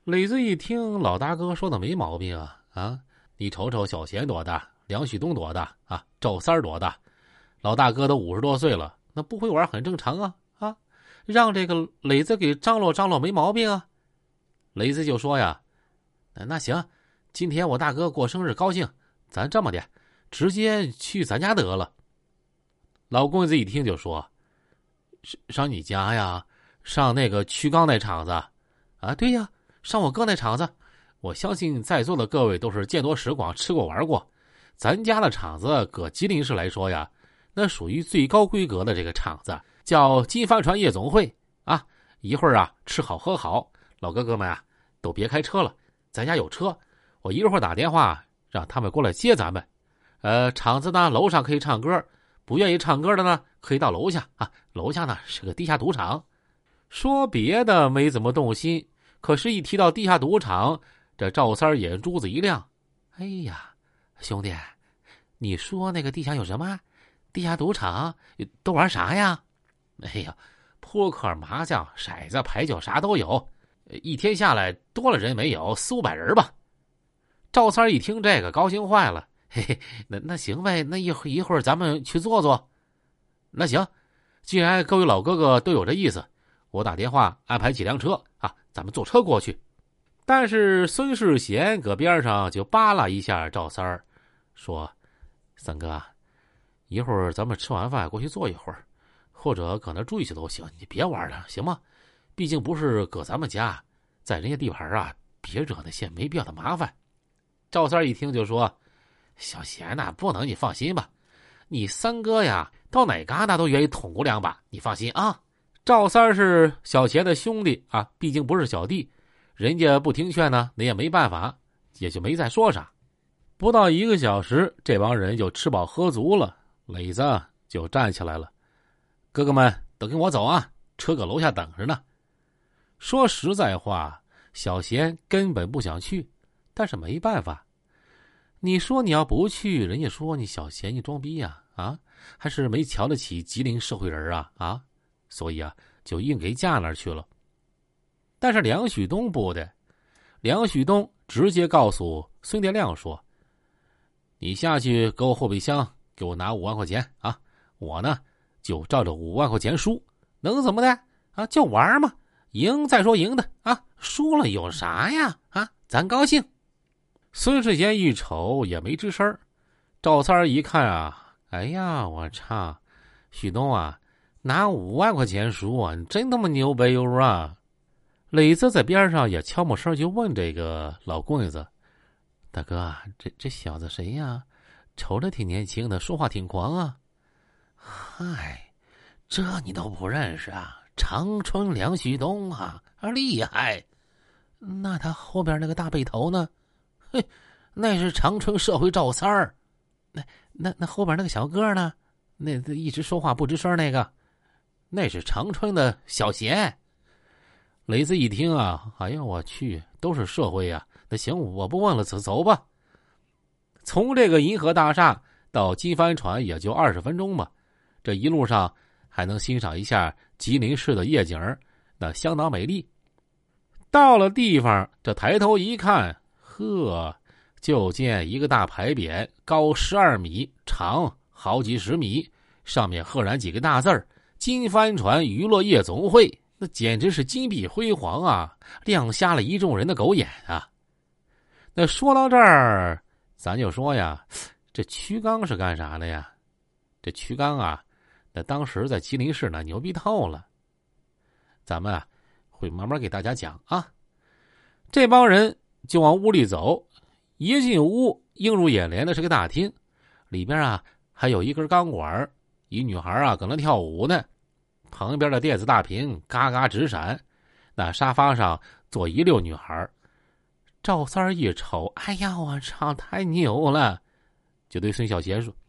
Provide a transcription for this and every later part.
磊子一听老大哥说的没毛病啊，你瞅瞅小贤多大，梁旭东多大啊，赵三多大，老大哥都50多岁了，那不会玩很正常啊，让这个磊子给张罗张罗没毛病啊。磊子就说呀，那行，今天我大哥过生日高兴，咱这么的，直接去咱家得了。老公子一听就说，上你家呀？上那个曲刚那厂子啊？对呀，上我哥那厂子。我相信在座的各位都是见多识广，吃过玩过。咱家的厂子搁吉林市来说呀，那属于最高规格的这个厂子，叫金帆船夜总会啊。一会儿啊，吃好喝好，老哥哥们啊，都别开车了，咱家有车，我一会儿打电话让他们过来接咱们。厂子呢，楼上可以唱歌，不愿意唱歌的呢，可以到楼下啊。楼下呢是个地下赌场。说别的没怎么动心，可是一提到地下赌场，这赵三眼珠子一亮。哎呀，兄弟，你说那个地下有什么？地下赌场都玩啥呀？哎呀，扑克、麻将、骰子、牌九啥都有，一天下来多了人没有400-500人吧。赵三一听这个高兴坏了，嘿嘿，那行呗，那一会儿咱们去坐坐。那行，既然各位老哥哥都有这意思，我打电话安排几辆车啊，咱们坐车过去。但是孙世贤搁边上就扒拉一下赵三儿，说：“三哥，一会儿咱们吃完饭过去坐一会儿，或者搁那住一宿都行，你别玩了，行吗？毕竟不是搁咱们家，在人家地盘啊，别惹那些没必要的麻烦。”赵三儿一听就说：“小贤呐，不能，你放心吧，你三哥呀，到哪旮瘩都愿意捅咕2把，你放心啊。”赵三是小贤的兄弟啊，毕竟不是小弟，人家不听劝呢，那也没办法，也就没再说啥。不到1个小时，这帮人就吃饱喝足了，磊子就站起来了：“哥哥们都跟我走啊，车搁楼下等着呢。”说实在话，小贤根本不想去，但是没办法。你说你要不去，人家说你小贤你装逼呀，还是没瞧得起吉林社会人啊，所以啊，就硬给架那儿去了。但是梁旭东不的，梁旭东直接告诉孙殿亮说：“你下去给我后备箱给我拿5万块钱啊，我呢就照着5万块钱输，能怎么的啊？就玩嘛，赢再说赢的啊，输了有啥呀啊？咱高兴。”孙世贤一瞅也没吱声。赵三一看啊，哎呀，我操，旭东啊，拿5万块钱输啊，你真他妈牛掰哟啊！磊子在边上也悄没声就问这个老棍子：“大哥，这小子谁呀？瞅着挺年轻的，说话挺狂啊。”“嗨，这你都不认识啊？长春梁旭东啊，厉害！那他后边那个大背头呢？嘿，那是长春社会赵三儿。那后边那个小哥呢？那一直说话不吱声那个，那是长春的小贤。”雷子一听啊，哎呀我去，都是社会呀！那行，我不问了，走吧。从这个银河大厦到金帆船也就20分钟吧，这一路上还能欣赏一下吉林市的夜景，那相当美丽。到了地方，这抬头一看，呵，就见一个大牌匾，高12米，长好几十米，上面赫然几个大字儿：“金帆船娱乐夜总会。”那简直是金碧辉煌啊，亮瞎了一众人的狗眼啊。那说到这儿，咱就说呀，这曲刚是干啥的呀？这曲刚啊，那当时在吉林市呢牛逼透了。咱们啊会慢慢给大家讲啊。这帮人就往屋里走，一进屋，映入眼帘的是个大厅，里边啊还有一根钢管，一女孩啊搁那跳舞呢。旁边的电子大屏嘎嘎直闪，那沙发上坐一溜女孩。赵三一瞅，哎呀我操，太牛了，就对小贤说：“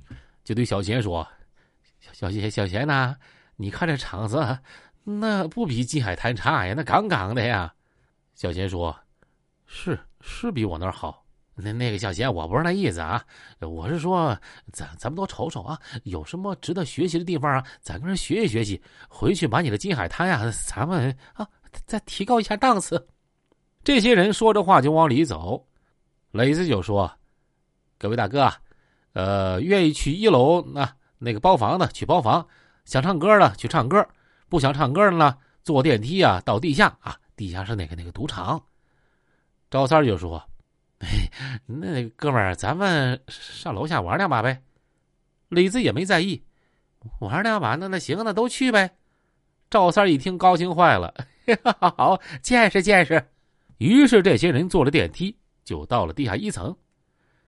小贤呐，你看这场子那不比金海滩差呀，那杠杠的呀。”小贤说：“是比我那儿好。那个小贤，我不是那意思啊，我是说咱们都瞅瞅啊，有什么值得学习的地方啊，咱跟人学习学习，回去把你的金海滩啊，咱们啊再提高一下档次。” 这些人说着话就往里走。磊子就说：“各位大哥愿意去1楼那个包房的去包房，想唱歌的去唱歌，不想唱歌的呢，坐电梯到地下地下是那个赌场。”赵三就说：“那哥们儿，咱们上楼下玩2把呗。”磊子也没在意，玩2把那行，那都去呗。赵三一听高兴坏了，好，见识见识。于是这些人坐了电梯就到了地下1层。